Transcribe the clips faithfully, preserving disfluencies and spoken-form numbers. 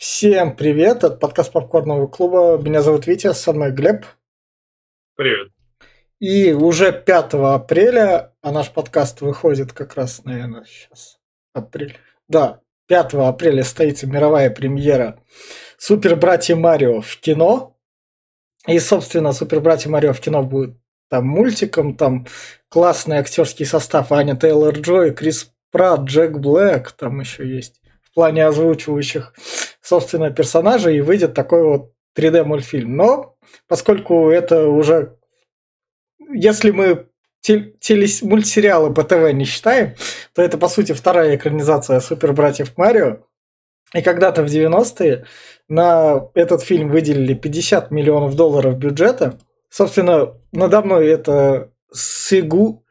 Всем привет, это подкаст Попкорного клуба. Меня зовут Витя, со мной Глеб. Привет. И уже пятого апреля, а наш подкаст выходит как раз, наверное, сейчас, апрель. Да, пятого апреля состоится мировая премьера «Супер Братья Марио» в кино. И, собственно, «Супер Братья Марио» в кино будет там мультиком, там классный актерский состав: Аня Тейлор-Джой, Крис Пратт, Джек Блэк, там еще есть в плане озвучивающих, собственно, персонажей, и выйдет такой вот три дэ-мультфильм. Но поскольку это уже, если мы телес- мультсериалы по ТВ не считаем, то это, по сути, вторая экранизация «Супер Братьев Марио». И когда-то в девяностые на этот фильм выделили пятьдесят миллионов долларов бюджета. Собственно, надо мной это Сигу...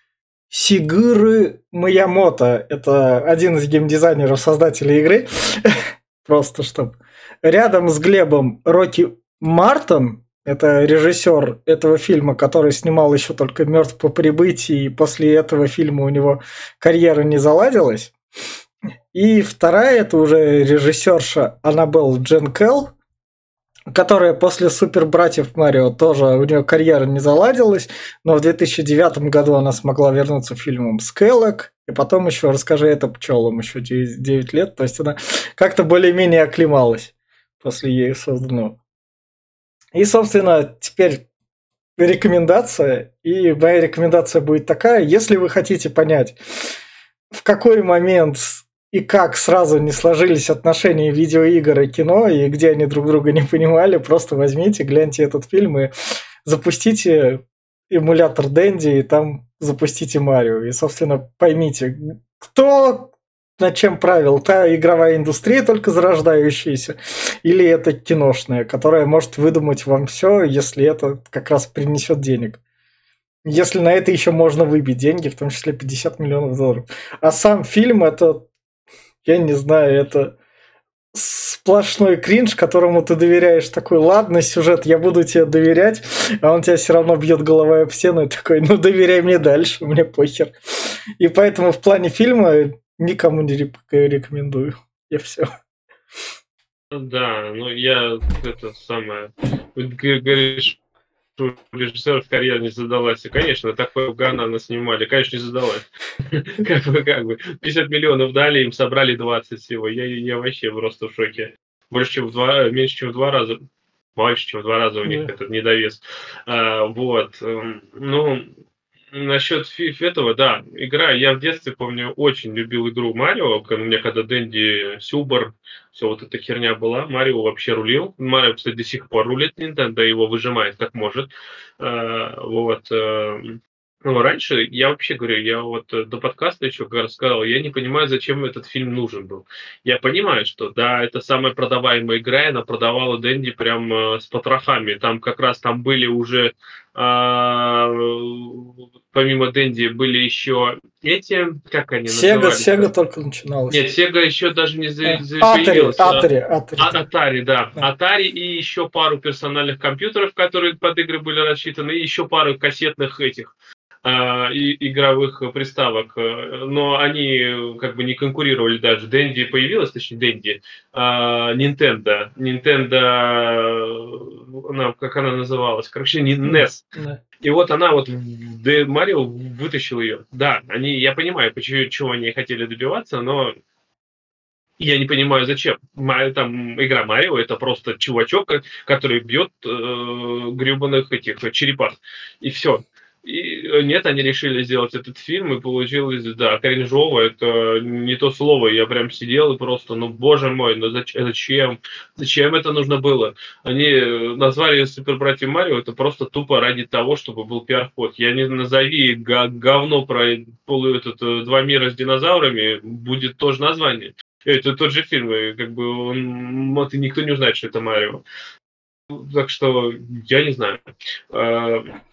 Сигуры Миямото. Это один из геймдизайнеров, создателей игры. Просто чтоб. Рядом с Глебом Рокки Мартон. Это режиссер этого фильма, который снимал еще только «Мертв по прибытии», и после этого фильма у него карьера не заладилась. И вторая – это уже режиссерша Аннабелл Дженкел, которая после «Супер Братьев Марио» тоже, у нее карьера не заладилась, но в две тысячи девятом году она смогла вернуться фильмом «Скеллог», и потом еще «Расскажи это пчелам» еще девять лет, то есть она как-то более-менее оклемалась после ею созданного. И, собственно, теперь рекомендация, и моя рекомендация будет такая: если вы хотите понять, в какой момент и как сразу не сложились отношения видеоигр и кино, и где они друг друга не понимали, просто возьмите, гляньте этот фильм и запустите эмулятор Dendy, и там запустите Марио. И, собственно, поймите, кто над чем правил: та игровая индустрия, только зарождающаяся, или это киношная, которая может выдумать вам все, если это как раз принесет денег. Если на это еще можно выбить деньги, в том числе пятьдесят миллионов долларов. А сам фильм это, я не знаю, это сплошной кринж, которому ты доверяешь. Такой: ладно, сюжет, я буду тебе доверять, а он тебя все равно бьет головой об стену и такой: ну доверяй мне дальше, мне похер. И поэтому в плане фильма никому не рекомендую. Я все. Да, ну я это самое. Вот г- говоришь, что у режиссеров карьера не задалась. И, конечно, такое говна нас снимали. Конечно, не задалась. Как бы, как бы. пятьдесят миллионов дали, им собрали двадцать всего. Я, я вообще просто в шоке. Больше, чем в два, меньше, чем в два раза. Больше, чем в два раза у них Да. этот недовес. А, вот. эм, Ну, насчет фи- этого, да, игра. Я в детстве, помню, очень любил игру Марио. Ко мне когда Дэнди, Сюбар, все вот эта херня была, Марио вообще рулил. Марио, кстати, до сих пор рулит Nintendo, его выжимает как может. А, вот. э, Ну, раньше, я вообще говорю, я вот э, до подкаста еще как раз сказал, я не понимаю, зачем этот фильм нужен был. Я понимаю, что да, это самая продаваемая игра, и она продавала Дэнди прям э, с потрохами. Там как раз там были уже а, помимо Дэнди были еще эти, как они Сега, назывались-то? Сега только начиналась. Нет, Sega еще даже не за- А, за- Атари, появилась. а Атари, Атари. а- Atari, да. Да. Atari и еще пару персональных компьютеров, которые под игры были рассчитаны, и еще пару кассетных этих а, и- игровых приставок. Э, Но они э, как бы не конкурировали даже. Dendy появилась, точнее Dendy, а, Nintendo. Nintendo, э, она, как она называлась? Короче, не- М, нес. да. И вот она вот в Д- Марио вытащил ее. Да, они, я понимаю, почему, чего они хотели добиваться, но я не понимаю, зачем. Ма- Там игра Марио это просто чувачок, ко- который бьет э, гребаных этих э, черепах. И все. И э, нет, они решили сделать этот фильм, и получилось, да, кринжово, это не то слово. Я прям сидел и просто, ну боже мой, ну зач- зачем? Зачем это нужно было? Они э, назвали Супер Братья Марио, это просто тупо ради того, чтобы был пиар-ход. Я не назови га- говно про полу этот, э, два мира с динозаврами, будет тоже название. Это тот же фильм, и как бы он, вот и никто не узнает, что это Марио. Так что я не знаю. А,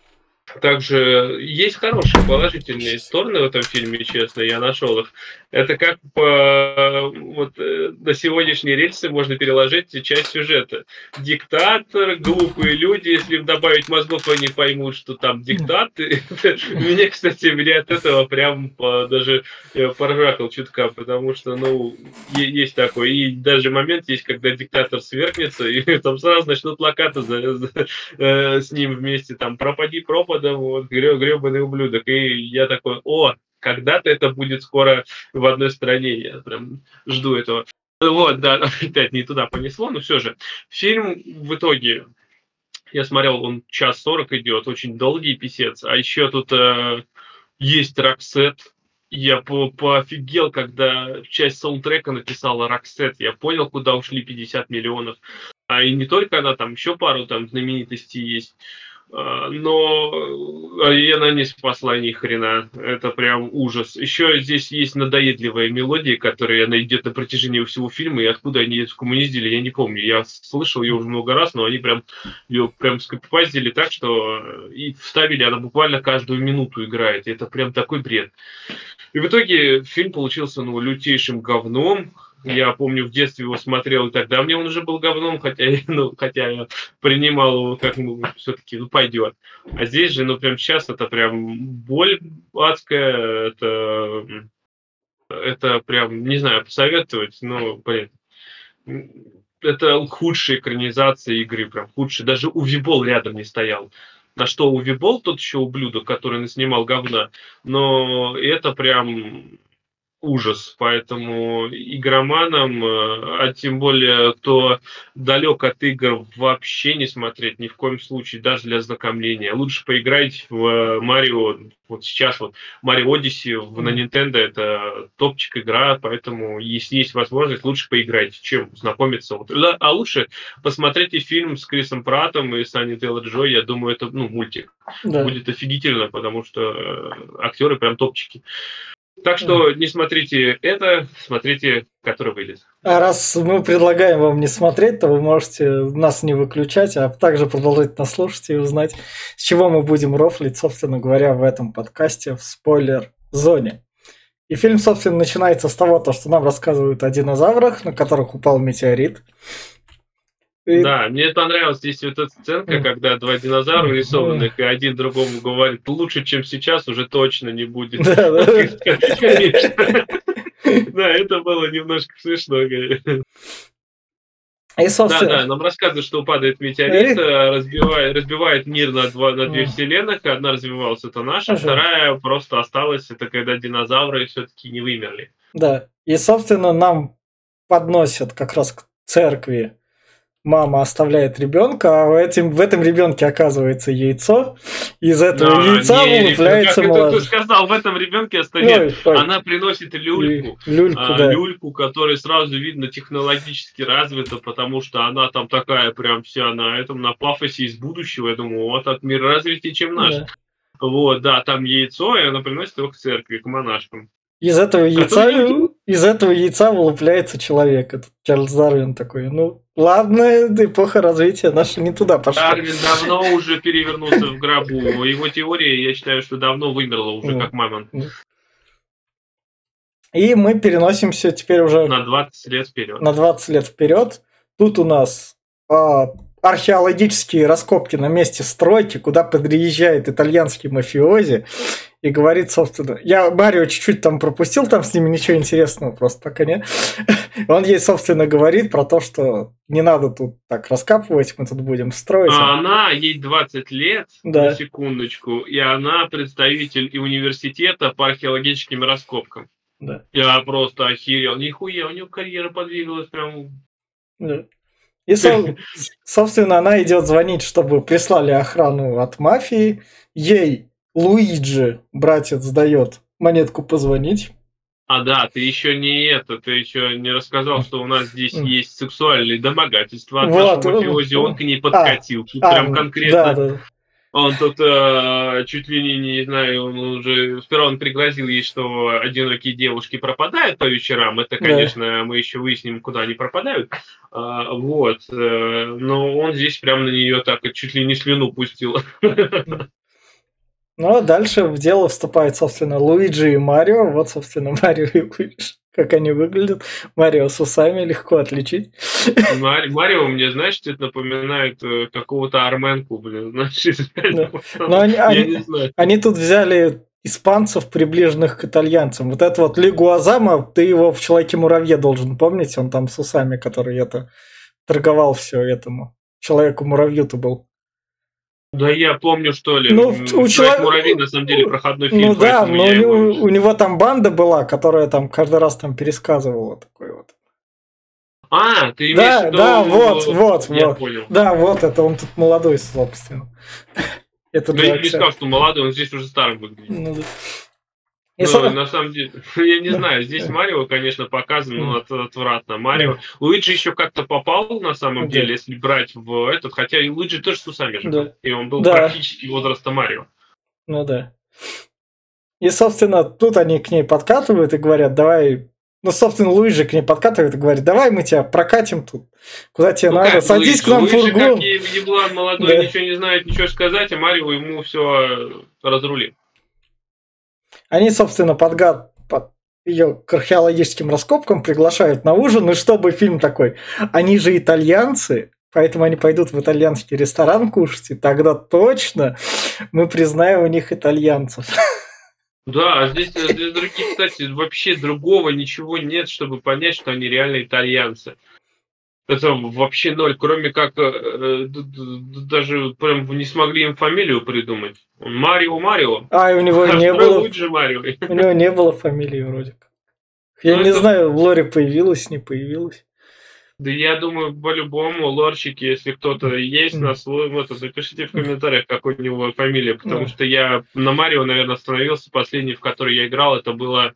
Также есть хорошие положительные стороны в этом фильме, честно, я нашел их. Это как по вот э, на сегодняшние рельсы можно переложить часть сюжета. Диктатор, глупые люди, если им добавить мозгов, они поймут, что там диктат. Мне, кстати, мне от этого прям по- даже я поржакал чутка, потому что, ну, е- есть такой. И даже момент есть, когда диктатор свергнется, и там сразу начнут плакаты за- за- э, с ним вместе, там, пропади пропадом, вот, гребаный ублюдок. И я такой, о, когда-то это будет скоро в одной стране, я прям жду этого. Вот, да, опять не туда понесло, но все же. Фильм в итоге, я смотрел, он час сорок идет, очень долгий писец, а еще тут э, есть Роксет. Я по поофигел, когда часть саундтрека написала Роксет. Я понял, куда ушли пятьдесят миллионов. А и не только она, там еще пару там знаменитостей есть. А, но а, и она не спасла ни хрена. Это прям ужас. Еще здесь есть надоедливая мелодия, которая она идет на протяжении всего фильма, и откуда они ее скоммуниздили, я не помню. Я слышал ее уже много раз, но они прям ее прям скопипастили так, что э, и вставили, она буквально каждую минуту играет. И это прям такой бред. И в итоге фильм получился, ну, лютейшим говном. Я помню, в детстве его смотрел, и тогда мне он уже был говном, хотя, я- ну, хотя я принимал его как, ну, все-таки, ну, пойдет. А здесь же, ну, прям сейчас это прям боль адская, это, это прям, не знаю, посоветовать, но, блин, это худшая экранизация игры, прям худшая. Даже Увибол рядом не стоял. На что Увибол, тот еще ублюдок, который снимал говна, но это прям ужас. Поэтому игроманам, э, а тем более, кто далек от игр, вообще не смотреть ни в коем случае, даже для ознакомления. Лучше поиграть в э, Марио, вот сейчас вот Марио Одиссе в- на Nintendo, это топчик игра, поэтому если есть возможность, лучше поиграть, чем знакомиться. Вот. Да, а лучше посмотрите фильм с Крисом Праттом и Санни Тейлор Джой, я думаю, это, ну, мультик. Да. Будет офигительно, потому что э, актеры прям топчики. Так Да. что не смотрите это, смотрите, который выйдет. А раз мы предлагаем вам не смотреть, то вы можете нас не выключать, а также продолжать нас слушать и узнать, с чего мы будем рофлить, собственно говоря, в этом подкасте в спойлер-зоне. И фильм, собственно, начинается с того, то, что нам рассказывают о динозаврах, на которых упал метеорит. И... Да, мне понравилась здесь вот эта сценка, М. когда два динозавра М. рисованных, и один другому говорит, лучше, чем сейчас, уже точно не будет. Да, да. Конечно. Да, это было немножко смешно. И, Да, собственно, да, нам рассказывают, что падает метеорит, и- э, разбивает, разбивает мир на, два, на две М. вселенных. Одна развивалась, это наша, Хорошо. вторая просто осталась, это когда динозавры все-таки не вымерли. Да. И, собственно, нам подносят как раз к церкви. Мама оставляет ребенка, а в, этим, в этом ребенке оказывается яйцо. Из этого А, яйца не, ребё- как вылупляется это ты младенец. сказал, в этом ребенке оставляет. Ой, ой, Она приносит и люльку, люльку, а, да. люльку, которая сразу видно технологически развита, потому что она там такая прям вся на этом, на пафосе из будущего. Я думаю, вот от мира развития, чем наш. Да. Вот, да, там яйцо, и она приносит его к церкви, к монашкам. Из этого яйца, Которые из этого яйца вылупляется человек. Этот Чарльз Дарвин такой, ну, ладно, эпоха развития наша не туда пошла. Дарвин давно уже перевернулся в гробу. Его теория, я считаю, что давно вымерла уже, Ну, как мамонт. ну. И мы переносимся теперь уже На двадцать лет вперед. на двадцать лет вперед. Тут у нас а, археологические раскопки на месте стройки, куда подъезжает итальянский мафиози и говорит, собственно, я Марио чуть-чуть там пропустил, там с ними ничего интересного просто пока нет. Он ей, собственно, говорит про то, что не надо тут так раскапывать, мы тут будем строить. А она, ей двадцать лет, на Да. секундочку, и она представитель и университета по археологическим раскопкам. Да. Я просто охерел. Нихуя, у нее карьера подвигалась прям. Да. И, со- собственно, она идет звонить, чтобы прислали охрану от мафии. Ей Луиджи, братец, дает монетку позвонить. А да, ты еще не это, ты еще не рассказал, что у нас здесь есть сексуальные домогательства от Вот. нашего мафиози. Он к ней А, подкатил. Тут а, прям да, конкретно. да. Он тут э, чуть ли не, не знаю, он уже сперва он пригрозил ей, что одинокие девушки пропадают по вечерам. Это, Да. конечно, мы еще выясним, куда они пропадают. А, вот. э, но он здесь прям на нее так чуть ли не слюну пустил. Ну, а дальше в дело вступают, собственно, Луиджи и Марио. Вот, собственно, Марио и Луиджи. Как они выглядят. Марио с усами легко отличить. Мари- Марио мне, знаешь, что это напоминает э, какого-то арменку, блин, знаешь, из реального Да. пацана. Но они, Я они, не знаю. они тут взяли испанцев, приближенных к итальянцам. Вот это вот Лигуазама, ты его в Человеке-муравье должен помнить. Он там с усами, который это торговал все этому. Человеку-муравью-то был. Да я помню, что ли, Ну, м, у Человек-муравей на человека... самом деле проходной фильм, Ну да, поэтому но я у него, его... у него там банда была, которая там каждый раз там пересказывала такой вот. А, ты имеешь в Да, да, вот, виду... вот, Я вот. понял. Да, вот это он тут молодой, собственно. Этот Да же я не актер. сказал, что молодой, он здесь уже старым выглядит. Ну, да. И Ну, со- на самом деле, я не э, знаю, здесь э, Марио, конечно, показан, э, ну, от- отвратно. э, Марио, Луиджи еще как-то попал, на самом Да, деле, если брать в этот, хотя и Луиджи тоже с усами же был, да, и он был да, практически возраста Марио. ну да. И, собственно, тут они к ней подкатывают и говорят, давай... Ну, собственно, Луиджи к ней подкатывает и говорит, давай мы тебя прокатим тут, куда тебе Ну надо, как садись к Луиджи? нам в Луиджи как фургон. е- еблан молодой, Да. ничего не знает, ничего сказать, а Марио ему все разрулит. Они, собственно, подгад... под ее к археологическим раскопкам приглашают на ужин, и чтобы фильм такой, они же итальянцы, поэтому они пойдут в итальянский ресторан кушать, и тогда точно мы признаем у них итальянцев. Да, а здесь, э, здесь другие, кстати, вообще другого ничего нет, чтобы понять, что они реально итальянцы. Это вообще ноль, кроме как э, э, д- д- д- даже прям не смогли им фамилию придумать. Он Марио Марио, А, и у него а не второй было... Луиджи Марио. У него не было фамилии вроде как. Я Ну не это, знаю, в лоре появилась, не появилась. да я думаю, по-любому, лорчики, если кто-то есть на М, свой, вот, запишите в м, комментариях, какой у него фамилия, потому м. что я на Марио, наверное, остановился. Последний, в который я играл, это было...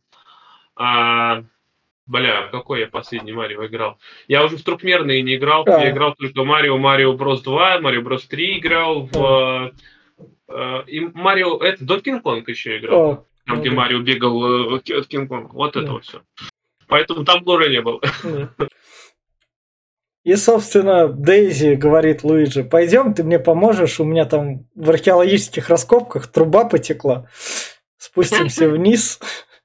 а, Бля, в какой я последний Марио играл? Я уже в трехмерные не играл. Я А, играл только Марио, Марио Брос два, Марио Брос три играл. а, В, э, и Марио... Это Дот Кинг Конг еще играл. а, Там, ну где да, Марио бегал э, от Кинг Конга. Вот да, этого все. Поэтому там лора не было. да. И, собственно, Дейзи говорит Луиджи, пойдем, ты мне поможешь, у меня там в археологических раскопках труба потекла. Спустимся вниз.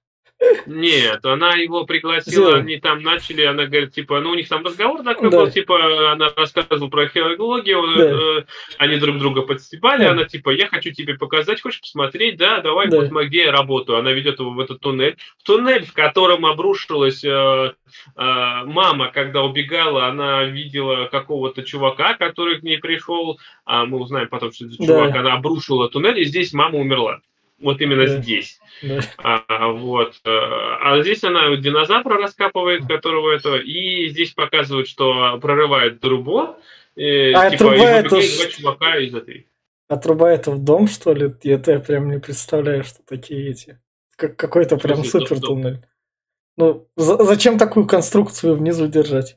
Нет, она его пригласила, Сделаем. они там начали, она говорит, типа, ну, у них там разговор такой был, Да, типа, она рассказывала про археологию, да, э, э, они друг друга подстебали, да, она, типа, я хочу тебе показать, хочешь посмотреть, да, давай, вот да, мы, где я работаю, она ведет его в этот туннель, в туннель, в котором обрушилась э, э, мама, когда убегала, она видела какого-то чувака, который к ней пришел, а мы узнаем потом, что это за чувак, да, она обрушила туннель, и здесь мама умерла, вот именно да, здесь. да. А, вот. э, А здесь она динозавра раскапывает, которого это, и здесь показывают, что прорывает трубу, э, А типа, и труба это выбегает два ш- чувака из этой. А труба это в дом, что ли? Это я прям не представляю, что такие эти. Как какой-то В прям смысле, до- супер до- туннель. Ну, за- зачем такую конструкцию внизу держать?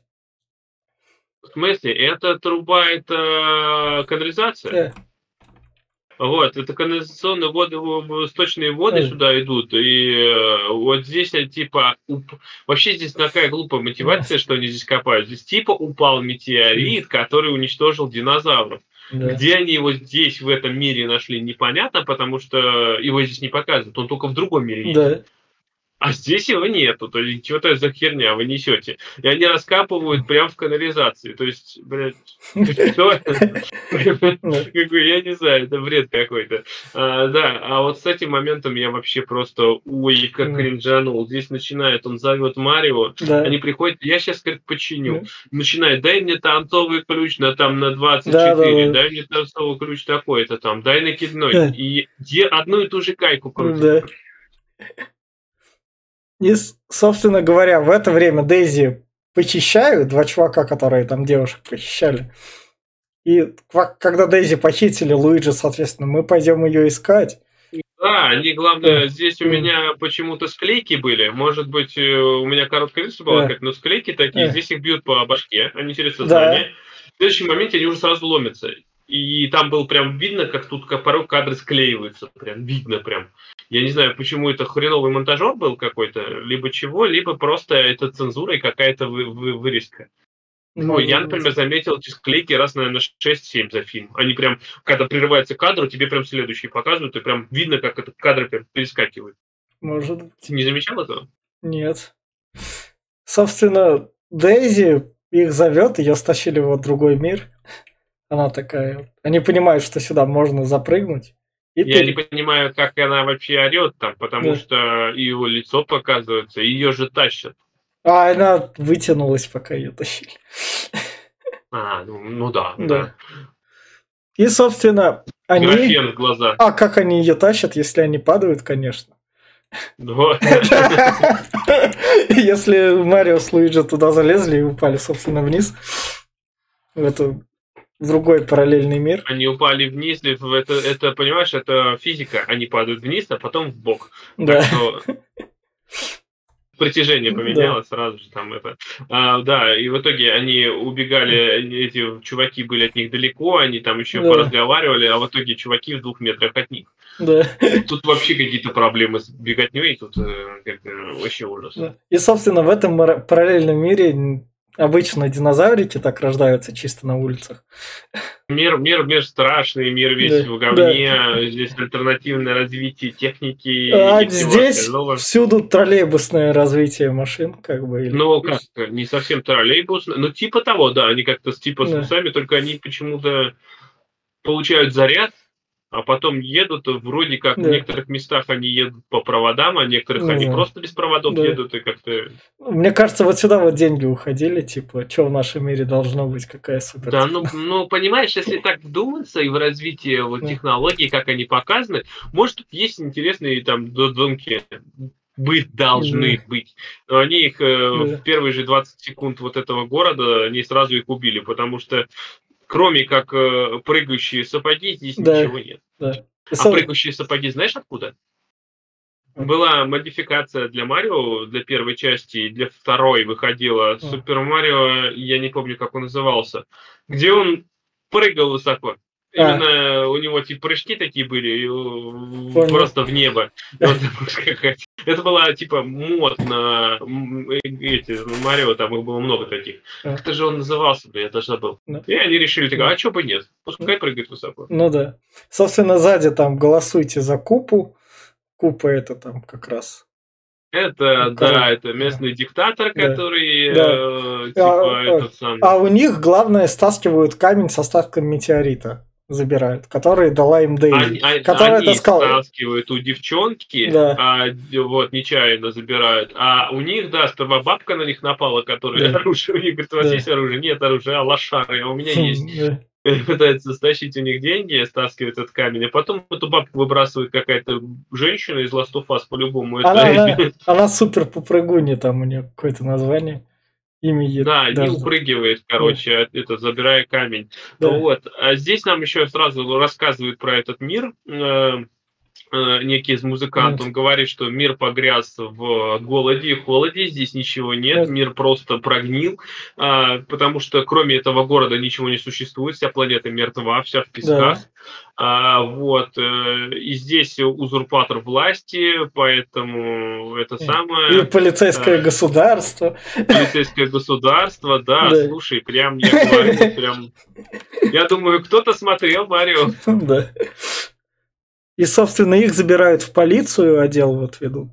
в смысле, эта труба, это канализация. Э, Вот, это канализационные воды, в- в- сточные воды э, сюда идут, и э, вот здесь, э, типа, уп- вообще здесь такая глупая да, мотивация, что они здесь копают. Здесь, типа, упал м, метеорит, который уничтожил динозавров. да, Где они его здесь, в этом мире нашли, непонятно, потому что его здесь не показывают, он только в другом мире есть. да. А здесь его нету, то есть что это за херня вы несете? И они раскапывают прямо в канализации. То есть, блядь, что это? Да, Какой, я не знаю, это бред какой-то. А, да, а вот с этим моментом я вообще просто, ой, как м, кринжанул. Здесь начинает, он зовет Марио, они да, приходят, я сейчас, говорит, починю. м, Начинает, дай мне танцовый ключ на там на двадцать да, да, четыре, да, дай мне танцовый ключ такой-то там, дай накидной. э, И где одну и ту же гайку крутит. да. И, с- собственно говоря, в это время Дейзи похищают, два чувака, которые там девушек похищали. И ква- когда Дейзи похитили Луиджи, соответственно, мы пойдем ее искать. Да, они, Э, главное, здесь у м, меня почему-то склейки были. Может быть, э, у меня короткая версия была э, какая-то, но склейки такие, э, здесь их бьют по башке, они теряют да, сознание. В следующем моменте они уже сразу ломятся. И там было прям видно, как тут ка- порой кадры склеиваются. Прям видно прям. Я не знаю, почему это хреновый монтажер был какой-то, либо чего, либо просто это цензура и какая-то вы- вы- вырезка. Ну, я, Может быть. например, заметил эти склейки раз, наверное, шесть-семь за фильм. Они прям, когда прерывается кадр, тебе прям следующий показывают, и прям видно, как этот кадр прям перескакивает. Может Ты быть. не замечал этого? Нет. Собственно, Дейзи их зовет, ее стащили в другой мир. Она такая. Они понимают, что сюда можно запрыгнуть. И Я не пере... понимаю, как она вообще орет там, потому Да. что его лицо показывается, ее же тащат. А она вытянулась, пока ее тащили. А, ну, ну да, Да. да. И, собственно, они... Графен в глаза. А как они ее тащат, если они падают, конечно. Вот. Если Марио с Луиджи туда залезли и упали, собственно, вниз. В эту в другой параллельный мир. Они упали вниз, это, это, понимаешь, это физика. Они падают вниз, а потом в бок. Да. Так что притяжение поменялось Да. сразу же там это. А, да, и в итоге они убегали, эти чуваки были от них далеко, они там еще Да. поразговаривали, а в итоге чуваки в двух метрах от них. Да. Тут вообще какие-то проблемы с беготней, тут э, как, э, вообще ужас. Да. И, собственно, в этом мара- параллельном мире обычно динозаврики так рождаются чисто на улицах. Мир, мир, мир страшный, мир весь Да. в говне, здесь альтернативное развитие техники А и всего здесь остального. всюду троллейбусное развитие машин, как бы. Или... Ну, как, не совсем троллейбус, ну, типа того, да, они как-то с типа с Да. усами, только они почему-то получают заряд, а потом едут, вроде как в Да. некоторых местах они едут по проводам, а в некоторых Не они знаю. просто без проводов Да. едут, и как-то... Мне кажется, вот сюда вот деньги уходили, типа, что в нашем мире должно быть, какая супер. Да, ну, ну, понимаешь, если так вдуматься и в развитии вот Да. технологий, как они показаны, может, тут есть интересные там додумки, быть должны Да. быть. Но они их э, Да. в первые же двадцать секунд вот этого города, они сразу их убили, потому что кроме как э, прыгающие сапоги, здесь Да. ничего нет. Да. И А со- прыгающие сапоги знаешь откуда? А. Была модификация для Марио, для первой части, и для второй выходила Супер Марио, я не помню, как он назывался, где он прыгал высоко. А. Именно у него типа прыжки такие были, и, э, Понял. просто в небо. И он там скакать. Это была типа мод на м, э, эти Марио, там их было много таких. А. Как-то же он назывался, я даже забыл. Да. И они решили, так, Да. а что бы нет, пускай прыгает высоко. Ну да. Собственно, сзади там голосуйте за Купу. Купа это там как раз. Это, Ну, да, король. это местный диктатор, Да. который, Да. э, А, типа, а, этот самый... а у них главное стаскивают камень с остатком метеорита. Забирают, который дала им Дейзи. Они, а- Которая они таскала. стаскивают у девчонки, Да. а, д- вот, нечаянно забирают. А у них, да, сперва бабка на них напала, которая Да. оружие. У них говорит, у вас Да. есть оружие? Нет оружия, а лошары, а у меня есть. Хм, да. Пытается стащить у них деньги, стаскивает этот камень, а потом эту бабку выбрасывает какая-то женщина из Last of Us по-любому. Это... Она, она, она супер попрыгунья, там у нее какое-то название. Имя ей Да, и даже. упрыгивает, короче, это, забирая камень. Да. Вот. А здесь нам еще сразу рассказывают про этот мир. э, э, некий из музыкантов, Нет. он говорит, что мир погряз в голоде и холоде, здесь ничего нет, Нет. мир просто прогнил, а, потому что кроме этого города ничего не существует, вся планета мертва, вся в песках. Да. А, вот, э, и здесь узурпатор власти, поэтому это И самое... полицейское э, государство. полицейское государство, да, Да. слушай, прям, я говорю, прям... Я думаю, кто-то смотрел Марио. Да. И, собственно, их забирают в полицию, отдел вот ведут.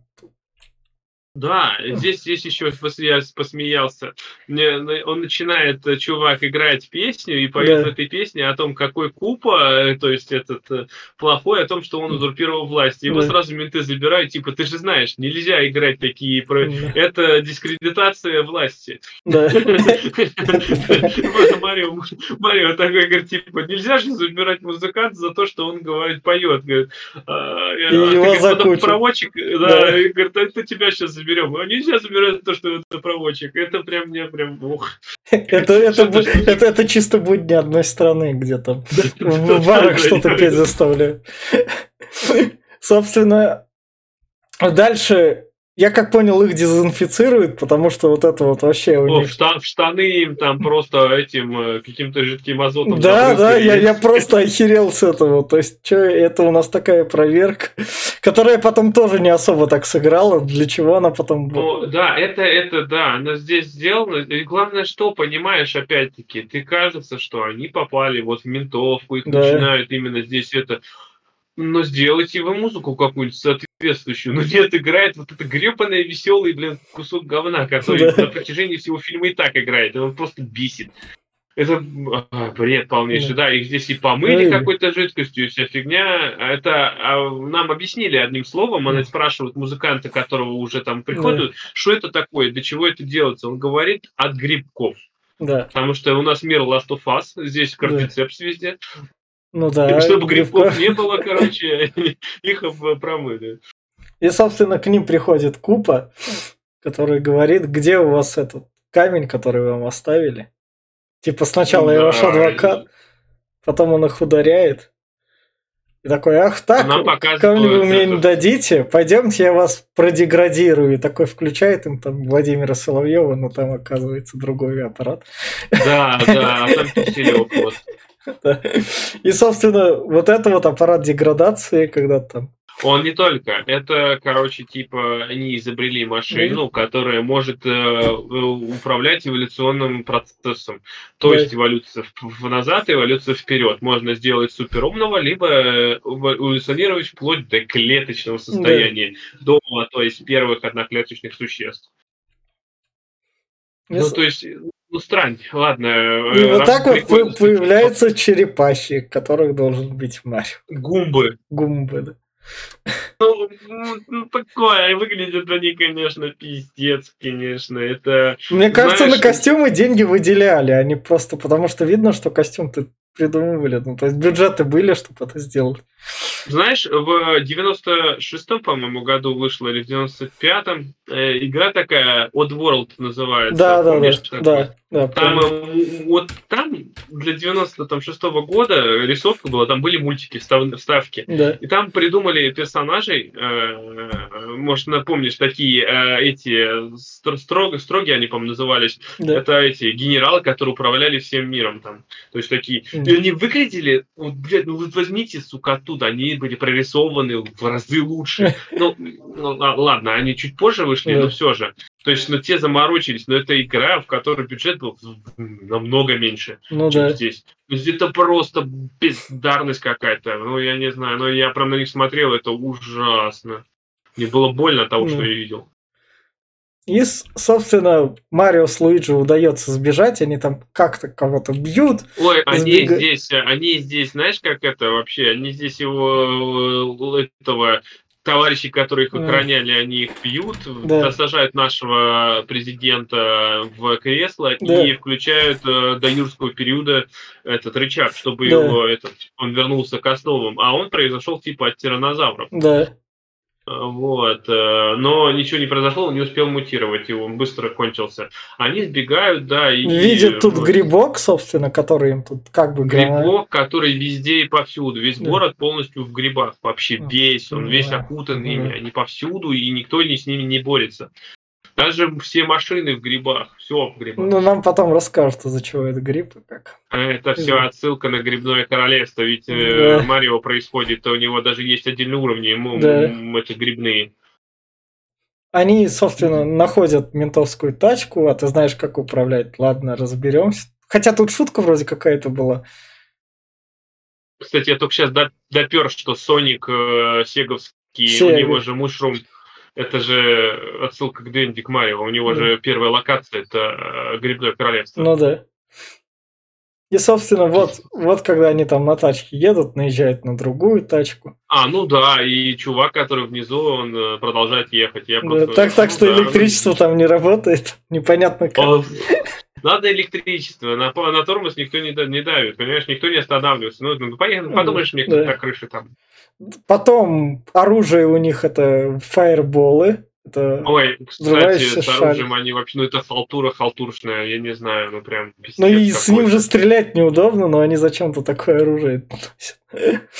Да, здесь, здесь еще я посмеялся. Мне- на- Он начинает, э, чувак, играть песню и поет Да. в этой песне о том, какой Купа, э, то есть этот э, плохой, о том, что он узурпировал власть. Его Да. сразу менты забирают, типа, ты же знаешь, нельзя играть такие... про- Да. Это дискредитация власти. Да. Просто Марио, Марио такой говорит, типа, нельзя же забирать музыканта за то, что он говорит, поет. Говорит, а, И его говорит, за кучу. водопроводчик, да, Да. и говорит, это тебя сейчас заберем. А нельзя забирать то, что водопроводчик. Это прям мне прям ух. Это, это, Что-то, бу- что-то. это, это чисто будни одной страны, где там Да, в да, барах да, что-то да. петь заставляют. Собственно, дальше Я как понял, их дезинфицируют, потому что вот это вот вообще у О, них... в, штан, в штаны им там просто этим э, каким-то жидким азотом Да, да, я, забрызгали. я просто охерел с этого. То есть, что это у нас такая проверка, которая потом тоже не особо так сыграла. Для чего она потом... О, да, это, это, да, она здесь сделана. И главное, что, понимаешь, опять-таки, ты кажется, что они попали вот в ментовку, их Да. начинают именно здесь это... Но сделайте вы музыку какую-нибудь соответствующую. Но нет, играет вот это гребаный веселый, блин, кусок говна, который Да. на протяжении всего фильма и так играет. И он просто бесит. Это а, бред полнейший. Да. Да, их здесь и помыли Ой. какой-то жидкостью, и вся фигня. Это а, нам объяснили одним словом. Они спрашивают музыканта, которого уже там приходят, что это такое, для чего это делается. Он говорит: от грибков. Да. Потому что у нас мир Last of Us, здесь Да. кардицепс везде. Ну да, Чтобы грибков грибков не было, короче, их об- промыли. И, собственно, к ним приходит Купа, который говорит, где у вас этот камень, который вам оставили. Типа сначала я ваш Да, адвокат, потом он их ударяет. И такой, ах так, Нам камень вы показывают мне не этот- дадите, пойдемте я вас продеградирую. И такой включает им там Владимира Соловьева, но там оказывается другой аппарат. Да, да, а там Киселёв вот. Да. И, собственно, вот это вот аппарат деградации, когда там... Он не только. Это, короче, типа, они изобрели машину, которая может э, управлять эволюционным процессом. То Да. есть эволюция в- назад, эволюция вперед. Можно сделать суперумного, либо э, эволюционировать вплоть до клеточного состояния, до, то есть, первых одноклеточных существ. Не Ну, с- то есть, ну, странно. Ладно. И э, вот раз так вот прикольно, по- появляются черепахи, которых должен быть Марио. гумбы. Гумбы, да. Ну, ну, ну, такое, выглядят они, конечно, пиздец, конечно. Это, Мне кажется, знаешь, на костюмы деньги выделяли, они просто потому что видно, что костюм-то придумывали. Ну, то есть бюджеты были, чтобы это сделать. Знаешь, в девяносто шестом, по-моему, году вышла, или в девяносто пятом, э, игра такая, Oddworld называется. Да, да, Помнишь да, такое? да, да, Там, помню. э, вот там для девяносто шестого года рисовка была, там были мультики, встав- вставки. Да, И там придумали персонажей, э, может, напомнишь, такие э, эти стр- строго, строгие они, по-моему, назывались. да. Это эти генералы, которые управляли всем миром там. То есть такие. М. И они выглядели, вот, блядь, ну вот возьмите, сука, оттуда, они были прорисованы в разы лучше. Ну, ну ла- ладно, они чуть позже вышли, Да. но все же. То есть, ну, те заморочились, но это игра, в которой бюджет был намного меньше, Ну чем да. здесь. То есть это просто бездарность какая-то. Ну, я не знаю, но я прям на них смотрел, это ужасно. Мне было больно от того, Ну. что я видел. И, с- собственно, Марио с Луиджи удается сбежать, они там как-то кого-то бьют. Ой, они Сбега- здесь, э, они здесь, знаешь, как это вообще? Они здесь его, э, этого товарищей, которые их М. охраняли, они их бьют, Да. сажают нашего президента в кресло Да. и включают э, до юрского периода этот рычаг, чтобы Да. его этот, он вернулся к основам. А он произошел типа от тираннозавров. Да. Вот, э, но ничего не произошло, он не успел мутировать, и он быстро кончился. Они сбегают, да, и... Видят тут ну, грибок, собственно, который им тут как бы гранат. Грибок, который везде и повсюду. Весь Да. город полностью в грибах. Вообще М. весь. Он весь Да. окутан Да. ими. Они повсюду, и никто ни с ними не борется. Даже все машины в грибах. Все в грибах. Ну, нам потом расскажут, из-за чего это гриб и как. А это все Извини. отсылка на Грибное королевство. Ведь э, Да. Марио происходит, у него даже есть отдельные уровни, ему Да. м, эти грибные. Они, собственно, находят ментовскую тачку, а ты знаешь, как управлять. Ладно, разберемся. Хотя тут шутка вроде какая-то была. Кстати, я только сейчас допер, что Соник э, сеговский, Сега. у него же мушрум. Это же отсылка к Дэнди, к Марио. У него Да. же первая локация — это э, Грибное королевство. Ну да. И, собственно, вот, вот когда они там на тачке едут, наезжают на другую тачку. А, ну да, и чувак, который внизу, он э, продолжает ехать. Я Да, просто, так, так ну что да. электричество там не работает. Непонятно как. О, надо электричество. На, по- на тормоз никто не, да- не давит, понимаешь, никто не останавливается. Ну, ну поехали, подумаешь, мне кто-то Да. на крыше там. Потом оружие у них это фаерболы. Это Ой, кстати, взрывающийся с оружием шар. они вообще, ну это халтура халтуршная, я не знаю, ну прям пиздец Ну и с ним какой-то. же стрелять неудобно, но они зачем-то такое оружие носят.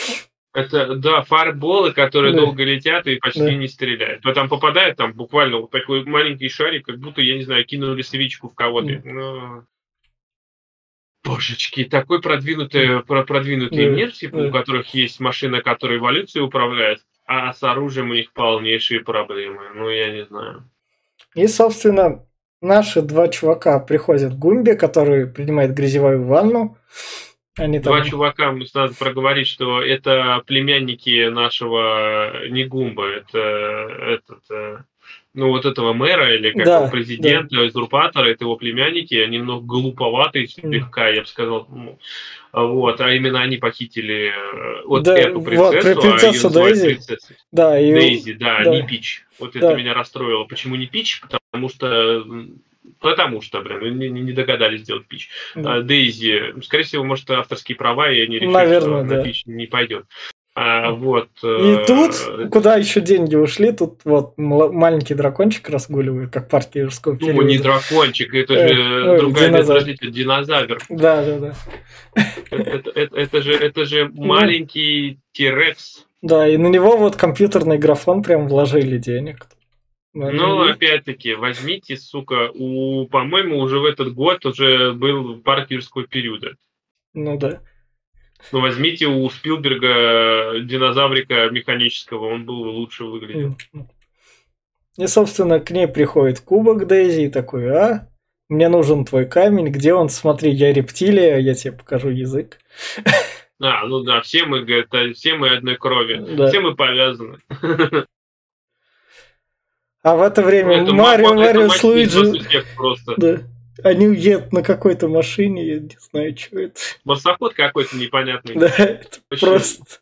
Это, да, фаерболы, которые Да, долго летят и почти да. не стреляют. Но там попадает там буквально вот такой маленький шарик, как будто, я не знаю, кинули свечку в кого-то. М, Но, божечки, такой м, продвинутый, про- продвинутый Да, мир, типа, у да. которых есть машина, которая эволюцией управляет, а с оружием у них полнейшие проблемы. Ну, я не знаю. И, собственно, наши два чувака приходят к Гумбе, который принимает грязевую ванну. Они Два там... чувака, м, надо проговорить, что это племянники нашего, э, не Гумба, это этот, э, ну, вот этого мэра или как его, Да, да. президента, узурпатора, это его племянники, они немного глуповатые М. слегка, я бы сказал, ну, а вот, а именно они похитили, э, вот Да, эту вот, при- принцессу, а ее принцесса называют Дейзи. принцессой. Да, и... Дейзи, да, не Да, Пич. Вот это да. меня расстроило. Почему не Пич? Потому что, м, потому что, блин, не, не- не догадались сделать Пич. Да. А, Дейзи, скорее всего, может, авторские права, и они решили, что Наверное, на да. Пич не пойдет. А, вот. И тут, э, куда еще деньги ушли, тут вот мла- маленький дракончик разгуливает, как парк юрского Ну, не периода. дракончик, это Э, же ой, другая динозавр. подождите, динозавр. Да, да, да. Это, это- это- это же, это же Ну, маленький Тирекс. да, и на него вот компьютерный графон прям вложили денег. Ну, ну, Но и- опять-таки, возьмите, сука, у, по-моему, уже в этот год уже был парк юрского периода. ну да. Ну, возьмите у Спилберга динозаврика механического, он был лучше выглядел. М. И, собственно, к ней приходит кубок Дейзи и такой, а, мне нужен твой камень, где он? Смотри, я рептилия, я тебе покажу язык. А, ну да, все мы, говорит, а, все мы одной крови, все Да. мы повязаны. А в это Ну, время это, ма- Марио, ма- это Марио с мачизм во Луиджи, всех всех просто. да, они едут на какой-то машине, я не знаю, что это. Марсоход какой-то непонятный. Да, это Вообще, просто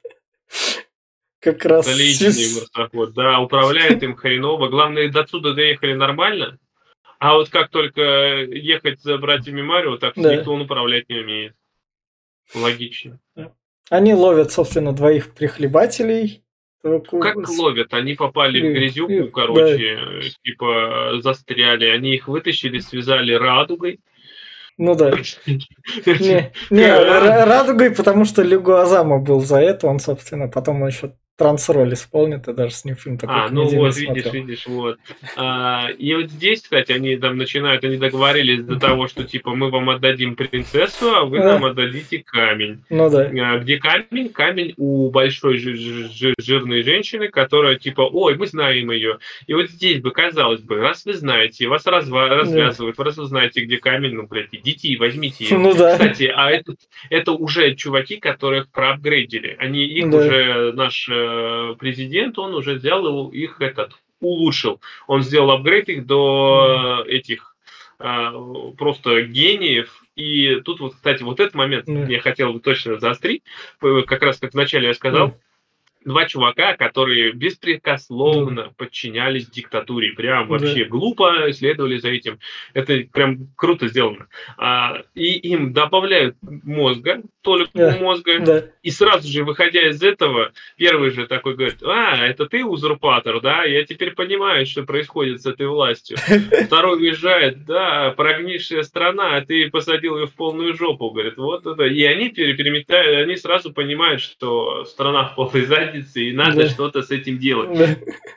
как раз... отличный сис- марсоход. Да, управляет им хреново. Главное, до отсюда доехали нормально. А вот как только ехать за братьями Марио, так Да. никто он управлять не умеет. Логично. Они ловят, собственно, двоих прихлебателей. Как С- ловят? Они попали в и- грязюку, и- Да, короче, э, типа э, застряли. Они их вытащили, связали радугой. ну да. Не, не, Ра- Ра- радугой, потому что Люгуазама был за это, он, собственно, потом еще трансроль исполнит, и даже с ним фильм такой А, ну комедийный вот, видишь, смотрел. видишь, вот. А, и вот здесь, кстати, они там начинают, они договорились до того, что типа мы вам отдадим принцессу, а вы нам Да, отдадите камень. ну да. А, где камень? Камень у большой жи- жи- жи- жирной женщины, которая типа, ой, мы знаем ее. И вот здесь бы, казалось бы, раз вы знаете, вас разва- Да. развязывают, раз вы знаете, где камень, ну, блядь, идите и возьмите ее. Ну да. Кстати, а это, это уже чуваки, которых проапгрейдили. Они, их Да. уже, наш э, президент, он уже взял его, их этот, улучшил. Он сделал апгрейд их до э, этих э, просто гениев. И тут вот, кстати, вот этот момент Да. я хотел бы точно заострить. Э, Как раз как вначале я Да. сказал, два чувака, которые Да. беспрекословно подчинялись диктатуре. Прям Да. вообще глупо следовали за этим. Это прям круто сделано. А, и им добавляют мозга, толику Да. мозга, Да. и сразу же, выходя из этого, первый же такой говорит, а, это ты узурпатор, да? Я теперь понимаю, что происходит с этой властью. Второй уезжает, да, прогнившая страна, а ты посадил ее в полную жопу, говорит, вот это. И они пере- переметают, они сразу понимают, что страна в полной заднице, и надо Да. что-то с этим делать. Да.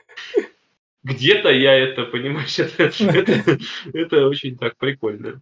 Где-то я это, понимаешь, это, это, это очень так прикольно.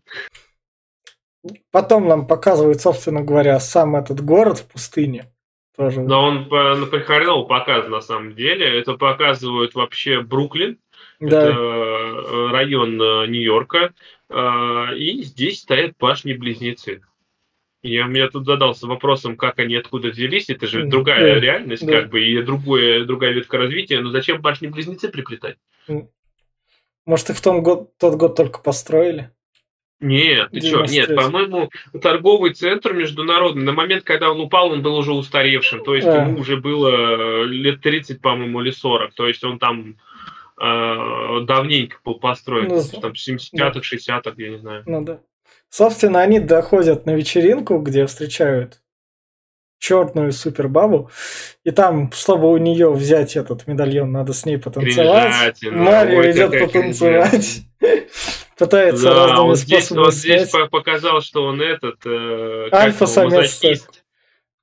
Потом нам показывают, собственно говоря, сам этот город в пустыне. Тоже. Но он по, ну, хреново показан на самом деле. Это показывают вообще Бруклин. Это Да. э, район э, Нью-Йорка. Э, И здесь стоят башни-близнецы. Я у меня тут задался вопросом, как они откуда взялись. Это же М, другая Да. реальность, Да. как бы, и другое, другая ветка развития. Но зачем башни-близнецы приплетать? М. Может, их в том год, тот год только построили? Нет, ты чё? девяносто Нет, третий. по-моему, торговый центр международный, на момент, когда он упал, он был уже устаревшим. То есть ему А, уже было лет тридцать, по-моему, или сорок. То есть он там э, давненько был построен. ну, Там з- да. семидесятых, шестидесятых, я не знаю. Ну да. Собственно, они доходят на вечеринку, где встречают черную супербабу. И там, чтобы у нее взять этот медальон, надо с ней потанцевать. Кринжатина. Марио Ой, идет какая кринжатина. потанцевать. Пытается Да, разными вот здесь, способами вот здесь снять. по- показал, что он этот, э, как его, Альфа-самец. мазохист.